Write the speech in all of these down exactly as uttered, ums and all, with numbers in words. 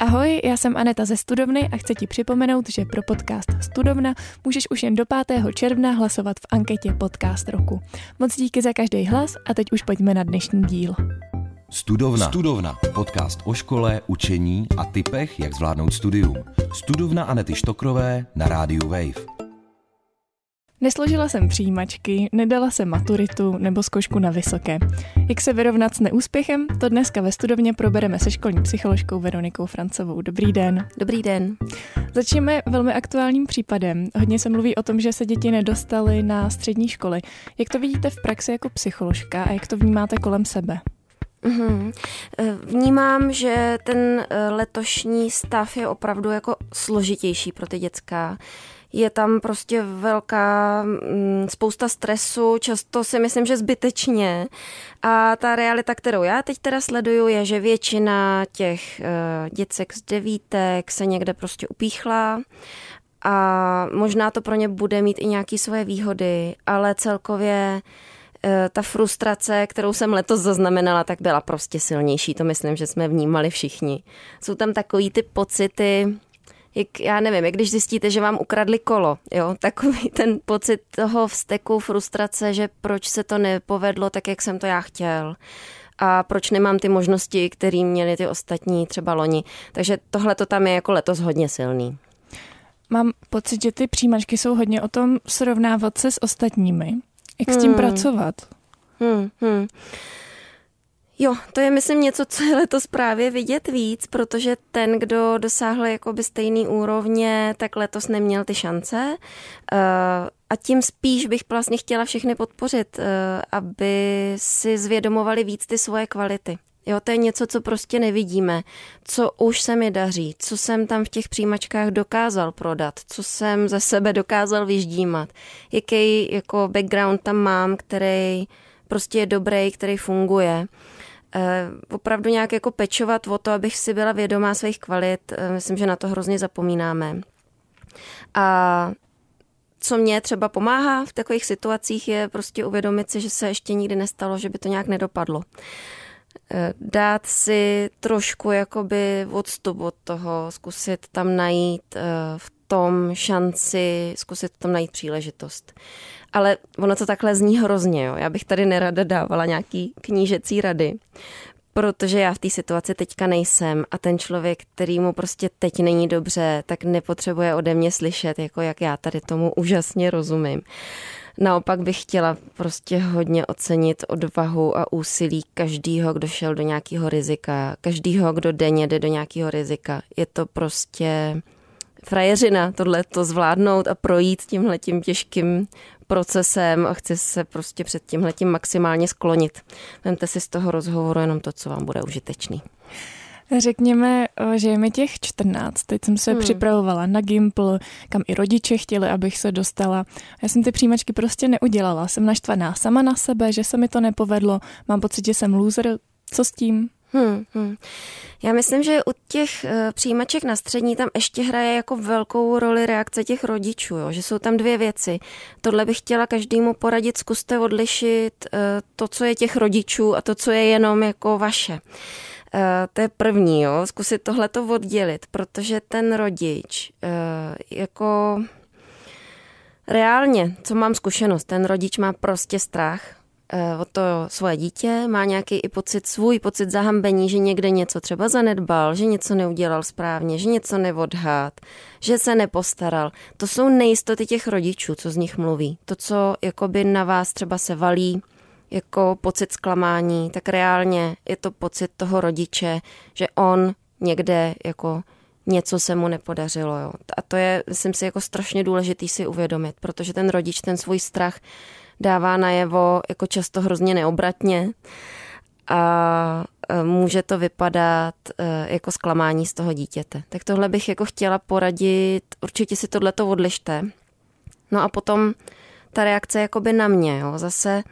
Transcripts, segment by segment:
Ahoj, já jsem Aneta ze Studovny a chci ti připomenout, že pro podcast Studovna můžeš už jen do pátého června hlasovat v anketě Podcast roku. Moc díky za každý hlas a teď už pojďme na dnešní díl. Studovna. Studovna. Podcast o škole, učení a tipech, jak zvládnout studium. Studovna Anety Štokrové na rádiu Wave. Nesložila jsem přijímačky, nedala jsem maturitu nebo zkoušku na vysoké. Jak se vyrovnat s neúspěchem, to dneska ve Studovně probereme se školní psycholožkou Veronikou Francovou. Dobrý den. Dobrý den. Začneme velmi aktuálním případem. Hodně se mluví o tom, že se děti nedostaly na střední školy. Jak to vidíte v praxi jako psycholožka a jak to vnímáte kolem sebe? Uhum. Vnímám, že ten letošní stav je opravdu jako složitější pro ty děcka. Je tam prostě velká spousta stresu, často si myslím, že zbytečně. A ta realita, kterou já teď teda sleduju, je, že většina těch děcek z devítek se někde prostě upíchla a možná to pro ně bude mít i nějaké svoje výhody, ale celkově ta frustrace, kterou jsem letos zaznamenala, tak byla prostě silnější. To myslím, že jsme vnímali všichni. Jsou tam takový ty pocity, jak, já nevím, jak když zjistíte, že vám ukradli kolo, jo, takový ten pocit toho vzteku, frustrace, že proč se to nepovedlo tak, jak jsem to já chtěl a proč nemám ty možnosti, které měli ty ostatní třeba loni. Takže tohle to tam je jako letos hodně silný. Mám pocit, že ty přijímačky jsou hodně o tom srovnávat se s ostatními. Jak s tím hmm. pracovat? Hmm, hmm. Jo, to je myslím něco, co je letos právě vidět víc, protože ten, kdo dosáhl jakoby stejný úrovně, tak letos neměl ty šance. A tím spíš bych vlastně chtěla všechny podpořit, aby si zvědomovali víc ty svoje kvality. Jo, to je něco, co prostě nevidíme, co už se mi daří, co jsem tam v těch přijímačkách dokázal prodat, co jsem ze sebe dokázal vyždímat, jaký jako background tam mám, který prostě je dobrý, který funguje. E, opravdu nějak jako pečovat o to, abych si byla vědomá svých kvalit, e, myslím, že na to hrozně zapomínáme. A co mě třeba pomáhá v takových situacích je prostě uvědomit si, že se ještě nikdy nestalo, že by to nějak nedopadlo. Dát si trošku jakoby odstup od toho, zkusit tam najít v tom šanci, zkusit tam najít příležitost. Ale ono to takhle zní hrozně, jo. Já bych tady nerada dávala nějaký knížecí rady, protože já v té situaci teďka nejsem a ten člověk, který mu prostě teď není dobře, tak nepotřebuje ode mě slyšet, jako jak já tady tomu úžasně rozumím. Naopak bych chtěla prostě hodně ocenit odvahu a úsilí každýho, kdo šel do nějakého rizika, každýho, kdo denně jde do nějakého rizika. Je to prostě frajeřina tohle to zvládnout a projít tímhletím těžkým procesem a chci se prostě před tímhletím maximálně sklonit. Vemte si z toho rozhovoru jenom to, co vám bude užitečný. Řekněme, že je mi těch čtrnáct. Teď jsem se hmm. připravovala na Gimpl, kam i rodiče chtěli, abych se dostala. Já jsem ty přijímačky prostě neudělala. Jsem naštvaná sama na sebe, že se mi to nepovedlo. Mám pocit, že jsem loser. Co s tím? Hmm, hmm. Já myslím, že u těch uh, přijímaček na střední tam ještě hraje jako velkou roli reakce těch rodičů, jo? Že jsou tam dvě věci. Tohle bych chtěla každému poradit, zkuste odlišit uh, to, co je těch rodičů a to, co je jenom jako vaše. Uh, to je první, jo, zkusit tohleto oddělit, protože ten rodič, uh, jako reálně, co mám zkušenost, ten rodič má prostě strach uh, o to svoje dítě, má nějaký i pocit, svůj pocit zahambení, že někde něco třeba zanedbal, že něco neudělal správně, že něco neodhád, že se nepostaral. To jsou nejistoty těch rodičů, co z nich mluví. To, co jakoby na vás třeba se valí, jako pocit zklamání, tak reálně je to pocit toho rodiče, že on někde jako něco se mu nepodařilo. Jo. A to je, myslím si, jako strašně důležitý si uvědomit, protože ten rodič ten svůj strach dává najevo jako často hrozně neobratně a může to vypadat jako zklamání z toho dítěte. Tak tohle bych jako chtěla poradit, určitě si tohleto odlište. No a potom ta reakce jakoby na mě, jo. Zase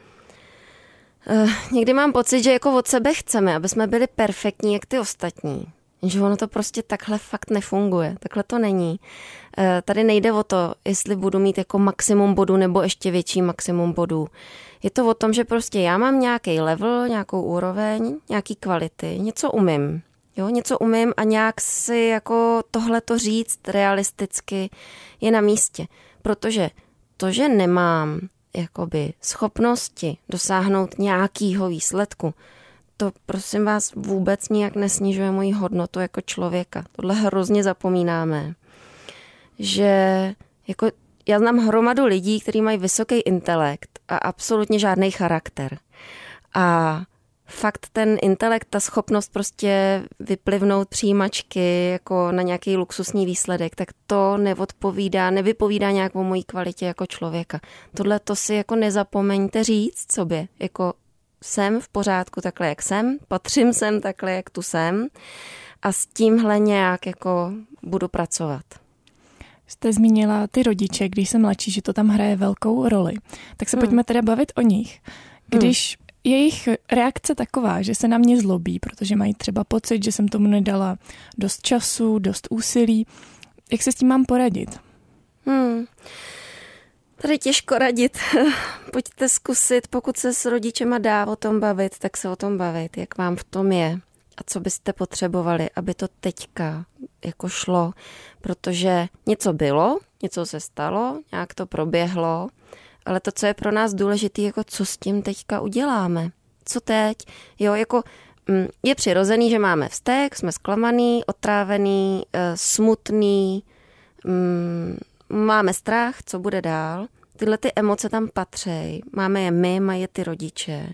Uh, někdy mám pocit, že jako od sebe chceme, aby jsme byli perfektní jak ty ostatní. Že ono to prostě takhle fakt nefunguje. Takhle to není. Uh, tady nejde o to, jestli budu mít jako maximum bodů nebo ještě větší maximum bodů. Je to o tom, že prostě já mám nějaký level, nějakou úroveň, nějaký kvality, něco umím. Jo, něco umím a nějak si jako tohleto říct realisticky je na místě. Protože to, že nemám jakoby schopnosti dosáhnout nějakého výsledku, to prosím vás vůbec nijak nesnižuje moji hodnotu jako člověka. Tohle hrozně zapomínáme. Že jako já znám hromadu lidí, kteří mají vysoký intelekt a absolutně žádný charakter. A fakt ten intelekt, ta schopnost prostě vyplivnout přijímačky jako na nějaký luxusní výsledek, tak to neodpovídá, nevypovídá nějak o mojí kvalitě jako člověka. Tohle to si jako nezapomeňte říct sobě, jako jsem v pořádku takhle, jak jsem, patřím sem takhle, jak tu jsem a s tímhle nějak jako budu pracovat. Jste zmínila ty rodiče, když jsem mladší, že to tam hraje velkou roli. Tak se hmm. pojďme teda bavit o nich. Když hmm. jejich reakce taková, že se na mě zlobí, protože mají třeba pocit, že jsem tomu nedala dost času, dost úsilí, jak se s tím mám poradit? Hmm. Tady těžko radit. Pojďte zkusit, pokud se s rodičema dá o tom bavit, tak se o tom bavit, jak vám v tom je a co byste potřebovali, aby to teďka jako šlo, protože něco bylo, něco se stalo, nějak to proběhlo, ale to, co je pro nás důležité, jako co s tím teďka uděláme. Co teď? Jo, jako je přirozený, že máme vztek, jsme zklamaný, otrávený, smutný, máme strach, co bude dál. Tyhle ty emoce tam patří. Máme je my, mají je ty rodiče.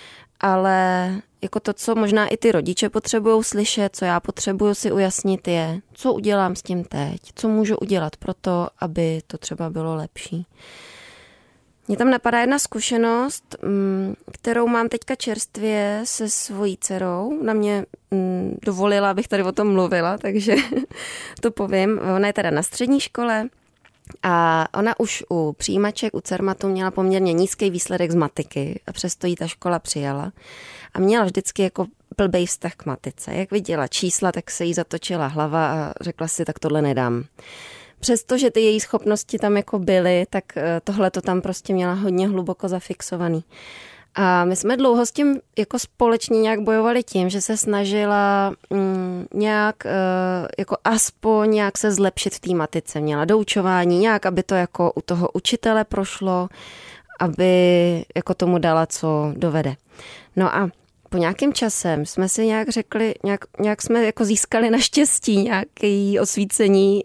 Ale jako to, co možná i ty rodiče potřebují slyšet, co já potřebuju si ujasnit je, co udělám s tím teď, co můžu udělat pro to, aby to třeba bylo lepší. Mně tam napadá jedna zkušenost, kterou mám teďka čerstvě se svojí dcerou. Na mě dovolila, abych tady o tom mluvila, takže to povím. Ona je teda na střední škole a ona už u přijímaček, u Cermatu měla poměrně nízký výsledek z matiky a přesto jí ta škola přijala. A měla vždycky jako blbej vztah k matice. Jak viděla čísla, tak se jí zatočila hlava a řekla si, tak tohle nedám. Přestože ty její schopnosti tam jako byly, tak tohle to tam prostě měla hodně hluboko zafixovaný. A my jsme dlouho s tím jako společně nějak bojovali tím, že se snažila mm, nějak uh, jako aspoň nějak se zlepšit v té matice. Měla doučování, nějak, aby to jako u toho učitele prošlo, aby jako tomu dala, co dovede. No a po nějakým časem jsme si nějak řekli, nějak, nějak jsme jako získali naštěstí nějaké osvícení,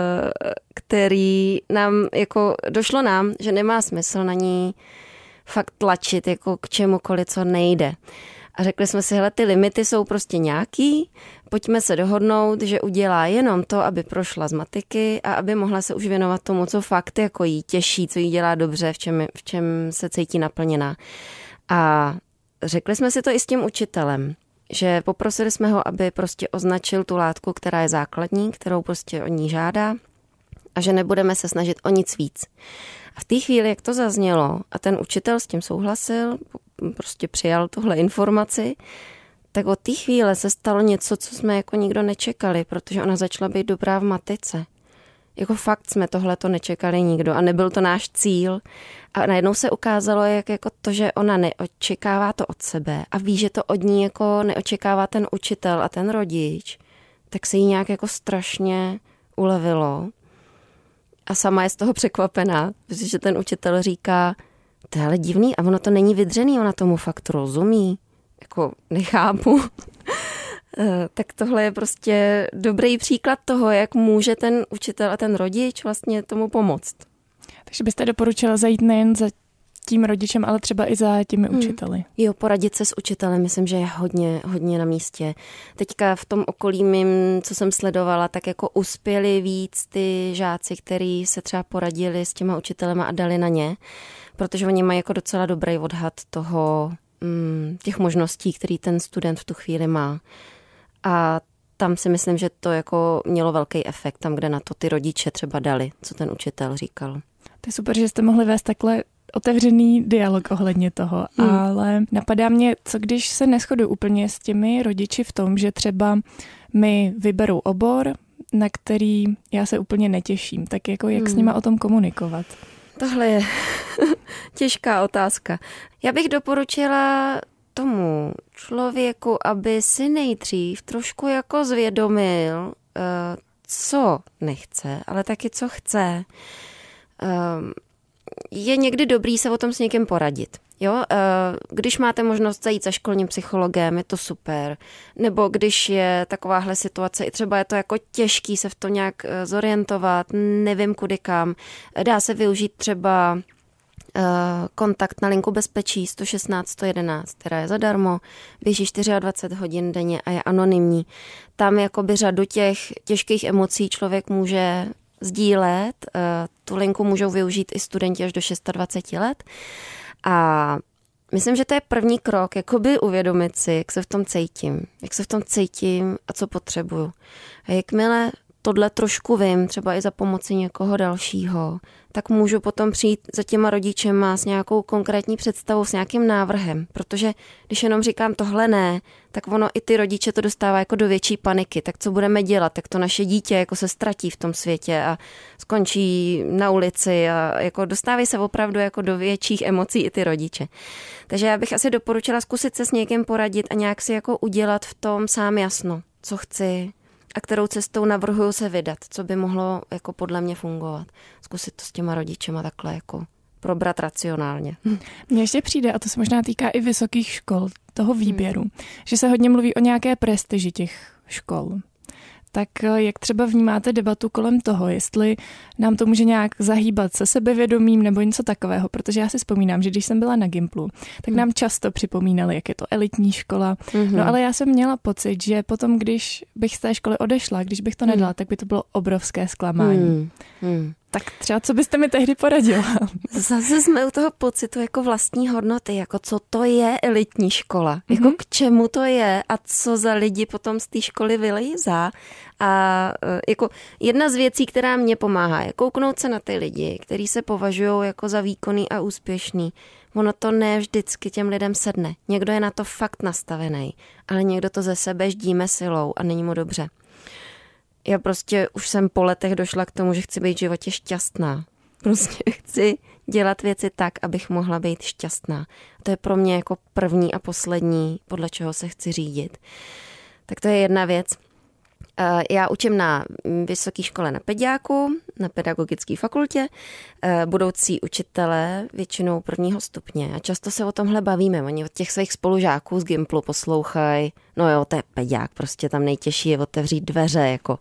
který nám jako došlo nám, že nemá smysl na ní fakt tlačit jako k čemukoliv, co nejde. A řekli jsme si, hele, ty limity jsou prostě nějaký, pojďme se dohodnout, že udělá jenom to, aby prošla z matiky a aby mohla se už věnovat tomu, co fakt jako jí těší, co jí dělá dobře, v čem, v čem se cítí naplněná. A řekli jsme si to i s tím učitelem, že poprosili jsme ho, aby prostě označil tu látku, která je základní, kterou prostě od ní žádá a že nebudeme se snažit o nic víc. A v té chvíli, jak to zaznělo a ten učitel s tím souhlasil, prostě přijal tuhle informaci, tak od té chvíle se stalo něco, co jsme jako nikdo nečekali, protože ona začala být dobrá v matice. Jako fakt jsme tohleto nečekali nikdo a nebyl to náš cíl. A najednou se ukázalo, jak jako to, že ona neočekává to od sebe a ví, že to od ní jako neočekává ten učitel a ten rodič, tak se jí nějak jako strašně ulevilo. A sama je z toho překvapená, protože ten učitel říká, to je ale divný a ono to není vydřený, ona tomu fakt rozumí. Jako nechápu. Tak tohle je prostě dobrý příklad toho, jak může ten učitel a ten rodič vlastně tomu pomoct. Takže byste doporučila zajít nejen za tím rodičem, ale třeba i za těmi učiteli. Hmm. Jo, poradit se s učitelem, myslím, že je hodně, hodně na místě. Teďka v tom okolí mým, co jsem sledovala, tak jako uspěli víc ty žáci, kteří se třeba poradili s těma učitelema a dali na ně, protože oni mají jako docela dobrý odhad toho, těch možností, který ten student v tu chvíli má. A tam si myslím, že to jako mělo velký efekt, tam, kde na to ty rodiče třeba dali, co ten učitel říkal. To je super, že jste mohli vést takhle otevřený dialog ohledně toho, hmm. ale napadá mě, co když se neshoduju úplně s těmi rodiči v tom, že třeba mi vyberou obor, na který já se úplně netěším, tak jako jak hmm. s nima o tom komunikovat? Tohle je těžká otázka. Já bych doporučila tomu člověku, aby si nejdřív trošku jako zvědomil, co nechce, ale taky co chce. Je někdy dobrý se o tom s někým poradit. Jo? Když máte možnost zajít za školním psychologem, je to super. Nebo když je takováhle situace, i třeba je to jako těžký se v to nějak zorientovat, nevím kudy kam. Dá se využít třeba kontakt na linku bezpečí sto šestnáct sto jedenáct, která je zadarmo, běží dvacet čtyři hodin denně a je anonymní. Tam jakoby řadu těch těžkých emocí člověk může sdílet. Tu linku můžou využít i studenti až do dvacet šest let. A myslím, že to je první krok, jakoby uvědomit si, jak se v tom cítím, jak se v tom cítím a co potřebuju. A jakmile tohle trošku vím, třeba i za pomoci někoho dalšího, tak můžu potom přijít za těma rodičema s nějakou konkrétní představou, s nějakým návrhem, protože když jenom říkám tohle ne, tak ono i ty rodiče to dostává jako do větší paniky, tak co budeme dělat, tak to naše dítě jako se ztratí v tom světě a skončí na ulici a jako dostávají se opravdu jako do větších emocí i ty rodiče. Takže já bych asi doporučila zkusit se s někým poradit a nějak si jako udělat v tom sám jasno, co chci, a kterou cestou navrhuju se vydat, co by mohlo jako podle mě fungovat. Zkusit to s těma rodičema takhle jako probrat racionálně. Mně ještě přijde, a to se možná týká i vysokých škol, toho výběru, hmm. že se hodně mluví o nějaké prestiži těch škol. Tak jak třeba vnímáte debatu kolem toho, jestli nám to může nějak zahýbat se sebevědomím nebo něco takového, protože já si vzpomínám, že když jsem byla na Gimplu, tak nám často připomínali, jak je to elitní škola, mm-hmm. no ale já jsem měla pocit, že potom, když bych z té školy odešla, když bych to nedala, mm. tak by to bylo obrovské zklamání. Mm. Mm. Tak třeba co byste mi tehdy poradila? Zase jsme u toho pocitu jako vlastní hodnoty, jako co to je elitní škola, mm-hmm. jako k čemu to je a co za lidi potom z té školy vylejzá. A jako jedna z věcí, která mě pomáhá, je kouknout se na ty lidi, kteří se považují jako za výkonný a úspěšný. Ono to ne vždycky těm lidem sedne. Někdo je na to fakt nastavený, ale někdo to ze sebe ždíme silou a není mu dobře. Já prostě už jsem po letech došla k tomu, že chci být v životě šťastná. Prostě chci dělat věci tak, abych mohla být šťastná. To je pro mě jako první a poslední, podle čeho se chci řídit. Tak to je jedna věc. Já učím na vysoké škole na pediáku, na pedagogické fakultě, budoucí učitelé většinou prvního stupně a často se o tomhle bavíme. Oni od těch svých spolužáků z Gimplu poslouchají, no jo, to je pediák, prostě tam nejtěžší je otevřít dveře. Jako.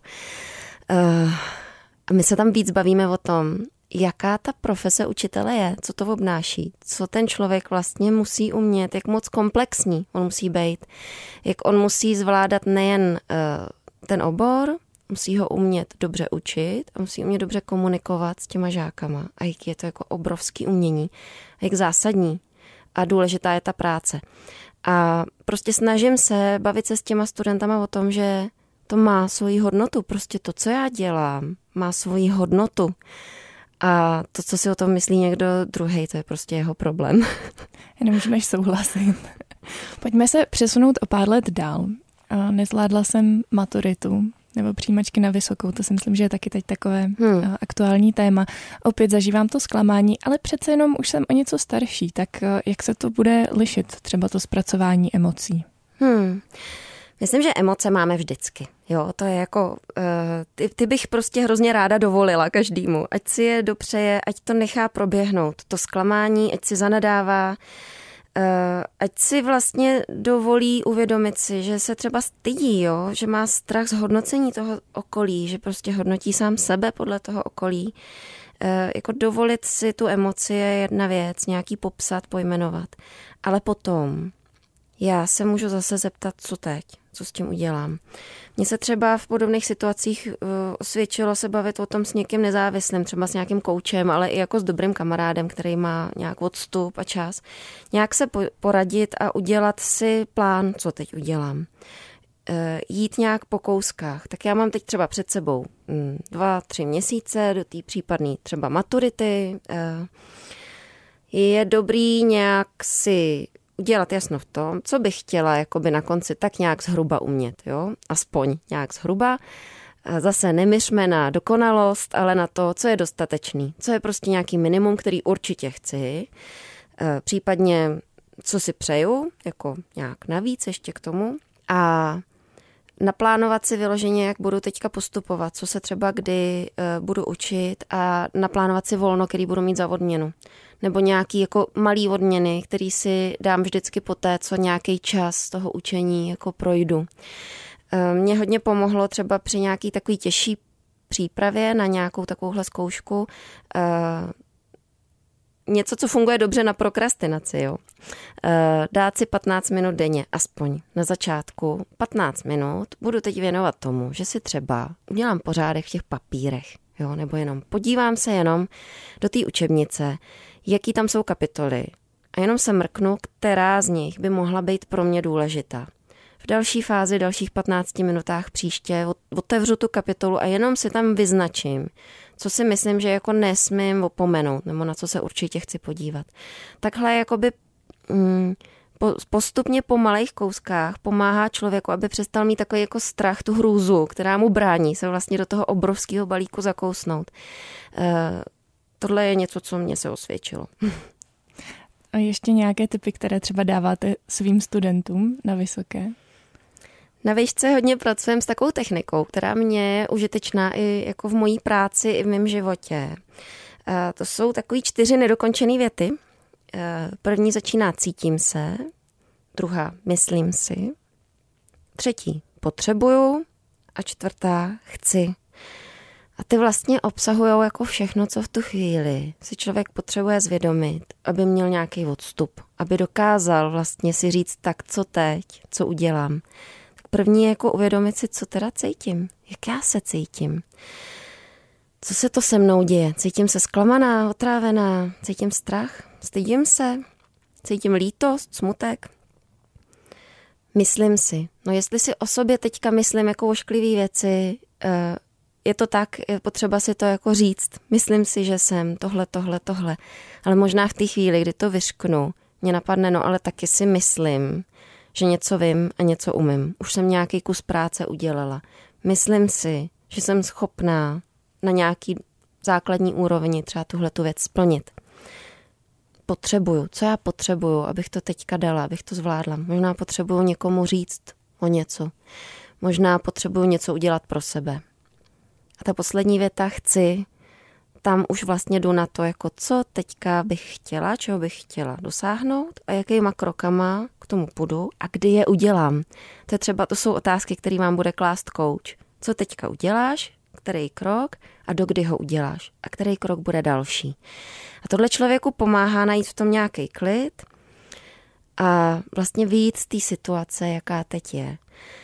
A my se tam víc bavíme o tom, jaká ta profese učitele je, co to obnáší, co ten člověk vlastně musí umět, jak moc komplexní on musí být, jak on musí zvládat nejen ten obor, musí ho umět dobře učit a musí umět dobře komunikovat s těma žákama. A jak je to jako obrovský umění, a jak zásadní a důležitá je ta práce. A prostě snažím se bavit se s těma studentama o tom, že to má svoji hodnotu. Prostě to, co já dělám, má svoji hodnotu. A to, co si o tom myslí někdo druhý, to je prostě jeho problém. Já nemůžu než souhlasit. Pojďme se přesunout o pár let dál. Nezvládla jsem maturitu nebo přijímačky na vysokou, to si myslím, že je taky teď takové hmm. aktuální téma. Opět zažívám to zklamání, ale přece jenom už jsem o něco starší, tak jak se to bude lišit, třeba to zpracování emocí? Hmm. Myslím, že emoce máme vždycky. Jo, to je jako, uh, ty, ty bych prostě hrozně ráda dovolila každému, ať si je dopřeje, ať to nechá proběhnout, to zklamání, ať si zanadává, Uh, ať si vlastně dovolí uvědomit si, že se třeba stydí, jo? Že má strach z hodnocení toho okolí, že prostě hodnotí sám sebe podle toho okolí. Uh, jako dovolit si tu emoci je jedna věc, nějaký popsat, pojmenovat. Ale potom já se můžu zase zeptat, co teď, co s tím udělám. Mně se třeba v podobných situacích uh, osvědčilo se bavit o tom s někým nezávislým, třeba s nějakým koučem, ale i jako s dobrým kamarádem, který má nějak odstup a čas. Nějak se po- poradit a udělat si plán, co teď udělám. Uh, jít nějak po kouskách. Tak já mám teď třeba před sebou um, dva, tři měsíce do té případné třeba maturity. Uh, je dobrý nějak si udělat jasno v tom, co bych chtěla jakoby na konci tak nějak zhruba umět, jo? Aspoň nějak zhruba. Zase nemyřme na dokonalost, ale na to, co je dostatečný. Co je prostě nějaký minimum, který určitě chci. Případně co si přeju, jako nějak navíc ještě k tomu a naplánovat si vyloženě, jak budu teďka postupovat, co se třeba kdy uh, budu učit a naplánovat si volno, který budu mít za odměnu. Nebo nějaký jako malý odměny, který si dám vždycky poté, co nějaký čas toho učení jako projdu. Uh, mě hodně pomohlo třeba při nějaký takový těžší přípravě na nějakou takovouhle zkoušku uh, něco, co funguje dobře na prokrastinaci, jo. Dát si patnáct minut denně, aspoň na začátku patnáct minut budu teď věnovat tomu, že si třeba udělám pořádek v těch papírech, jo, nebo jenom podívám se jenom do té učebnice, jaký tam jsou kapitoly a jenom se mrknu, která z nich by mohla být pro mě důležitá. V další fázi, dalších patnácti minutách příště otevřu tu kapitolu a jenom si tam vyznačím, co si myslím, že jako nesmím opomenout, nebo na co se určitě chci podívat. Takhle jakoby mm, postupně po malých kouskách pomáhá člověku, aby přestal mít takový jako strach, tu hrůzu, která mu brání se vlastně do toho obrovského balíku zakousnout. E, tohle je něco, co mě se osvědčilo. A ještě nějaké tipy, které třeba dáváte svým studentům na vysoké? Na výšce hodně pracujeme s takovou technikou, která mě je užitečná i jako v mojí práci, i v mém životě. A to jsou takový čtyři nedokončené věty. První začíná cítím se, druhá myslím si, třetí potřebuju a čtvrtá chci. A ty vlastně obsahujou jako všechno, co v tu chvíli si člověk potřebuje zvědomit, aby měl nějaký odstup, aby dokázal vlastně si říct tak, co teď, co udělám. Tak první je jako uvědomit si, co teda cítím, jak já se cítím. Co se to se mnou děje? Cítím se zklamaná, otrávená, cítím strach, stydím se, cítím lítost, smutek. Myslím si. No jestli si o sobě teďka myslím jako ošklivý věci, je to tak, je potřeba si to jako říct. Myslím si, že jsem tohle, tohle, tohle. Ale možná v té chvíli, kdy to vyřknu, mě napadne, no ale taky si myslím, že něco vím a něco umím. Už jsem nějaký kus práce udělala. Myslím si, že jsem schopná na nějaký základní úrovni třeba tuhletu věc splnit. Potřebuju. Co já potřebuju, abych to teďka dala, abych to zvládla? Možná potřebuju někomu říct o něco. Možná potřebuju něco udělat pro sebe. A ta poslední věta chci, tam už vlastně jdu na to, jako co teďka bych chtěla, čeho bych chtěla dosáhnout a jakýma krokama k tomu půjdu a kdy je udělám. To je třeba, to jsou otázky, které vám bude klást kouč. Co teďka uděláš, který krok a dokdy ho uděláš a který krok bude další. A tohle člověku pomáhá najít v tom nějaký klid a vlastně vyjít z té situace, jaká teď je.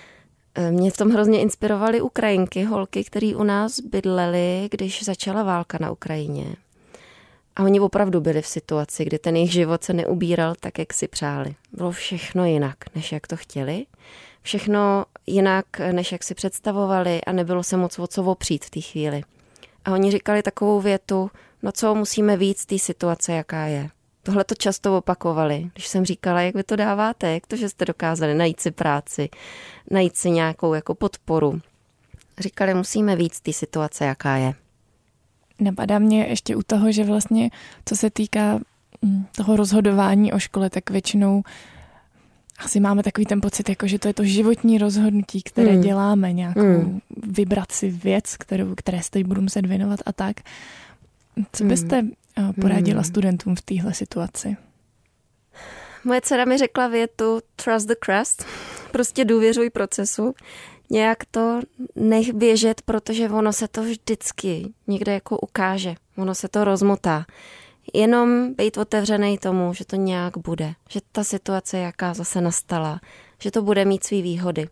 Mě v tom hrozně inspirovaly Ukrajinky, holky, které u nás bydlely, když začala válka na Ukrajině. A oni opravdu byli v situaci, kdy ten jejich život se neubíral tak, jak si přáli. Bylo všechno jinak, než jak to chtěli. Všechno jinak, než jak si představovali a nebylo se moc o co opřít v té chvíli. A oni říkali takovou větu, no co, musíme víc z té situace, jaká je. Tohle to často opakovali, když jsem říkala, jak vy to dáváte, jak to, že jste dokázali najít si práci, najít si nějakou jako podporu. Říkali, musíme víc z té situace, jaká je. Napadá mě ještě u toho, že vlastně, co se týká toho rozhodování o škole, tak většinou asi máme takový ten pocit, jako, že to je to životní rozhodnutí, které hmm. děláme, nějakou hmm. vybrat si věc, kterou, které se teď budu muset věnovat a tak. Co byste hmm. poradila hmm. studentům v téhle situaci? Moje dcera mi řekla větu trust the crust, prostě důvěřuj procesu, nějak to nech běžet, protože ono se to vždycky někde jako ukáže, ono se to rozmotá. Jenom být otevřený tomu, že to nějak bude, že ta situace, jaká zase nastala, že to bude mít svý výhody.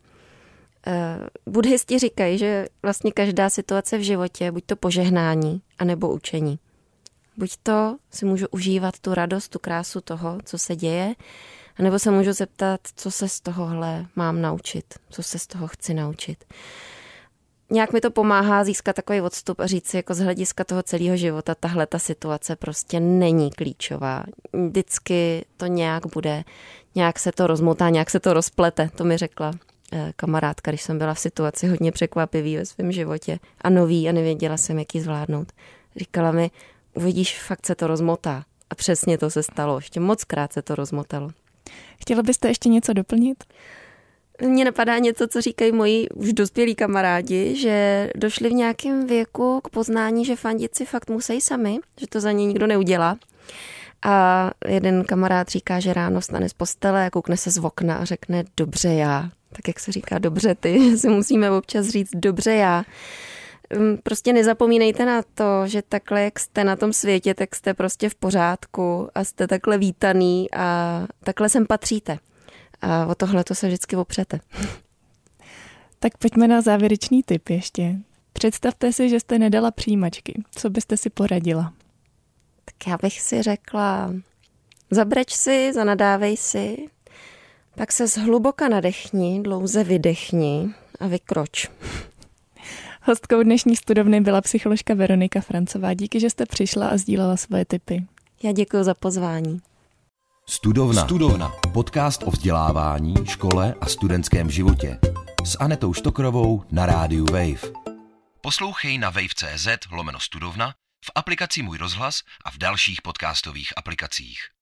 Buddhisti říkají, že vlastně každá situace v životě, buď to požehnání, anebo učení. Buď to si můžu užívat tu radost, tu krásu toho, co se děje, anebo se můžu zeptat, co se z tohohle mám naučit, co se z toho chci naučit. Nějak mi to pomáhá získat takový odstup a říct si, jako z hlediska toho celého života, tahle ta situace prostě není klíčová. Vždycky to nějak bude, nějak se to rozmotá, nějak se to rozplete, to mi řekla kamarádka, když jsem byla v situaci hodně překvapivý ve svém životě a nový a nevěděla jsem, jak ji zvládnout. Říkala mi, uvidíš, fakt se to rozmotá. A přesně to se stalo, ještě moc krát se to rozmotalo. Chtěla byste ještě něco doplnit? Mně napadá něco, co říkají moji už dospělí kamarádi, že došli v nějakém věku k poznání, že fandit si fakt musí sami, že to za ně nikdo neudělá. A jeden kamarád říká, že ráno vstane z postele, koukne se z okna a řekne dobře já. Tak jak se říká dobře ty, si musíme občas říct dobře já. Prostě nezapomínejte na to, že takhle, jak jste na tom světě, tak jste prostě v pořádku a jste takhle vítaný a takhle sem patříte. A o tohle to se vždycky opřete. Tak pojďme na závěrečný tip ještě. Představte si, že jste nedala přijímačky. Co byste si poradila? Tak já bych si řekla, zabreč si, zanadávej si, pak se zhluboka nadechni, dlouze vydechni a vykroč. Hostkou dnešní studovny byla psycholožka Veronika Francová. Díky, že jste přišla a sdílela svoje tipy. Já děkuji za pozvání. Studovna. Studovna. Podcast o vzdělávání, škole a studentském životě. S Anetou Štokrovou na rádiu Wave. Poslouchej na wave tečka cz lomeno studovna, v aplikaci Můj rozhlas a v dalších podcastových aplikacích.